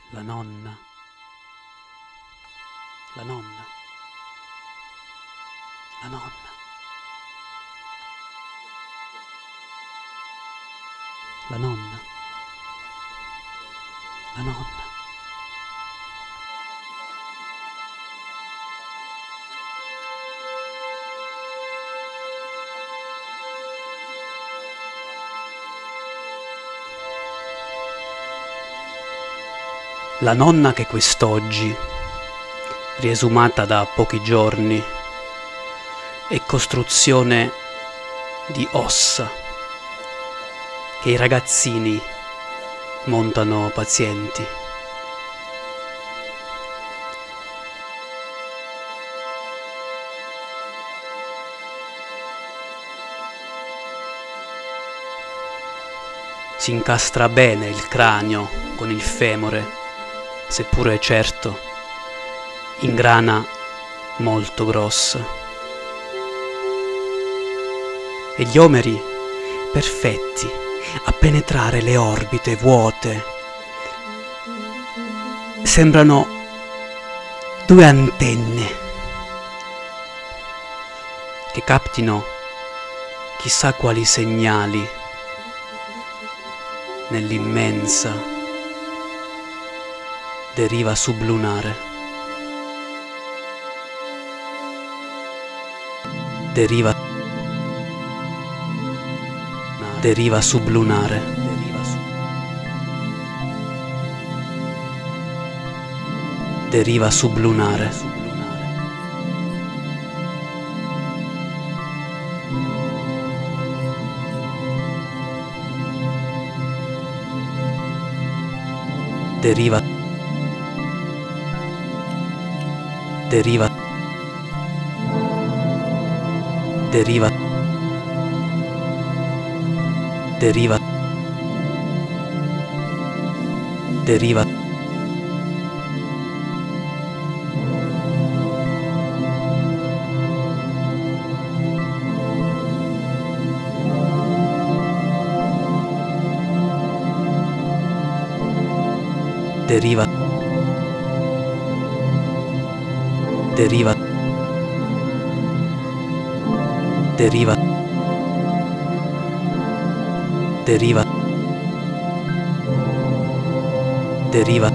La nonna. La nonna. La nonna. La nonna. La nonna. La nonna che quest'oggi, riesumata da pochi giorni, è costruzione di ossa che i ragazzini montano pazienti. Si incastra bene il cranio con il femore, seppure certo in grana molto grossa. E gli omeri perfetti a penetrare le orbite vuote sembrano due antenne che captino chissà quali segnali nell'immensa deriva sublunare. Deriva sublunare. Deriva sublunare. Deriva deriva deriva deriva deriva deriva deriva deriva deriva deriva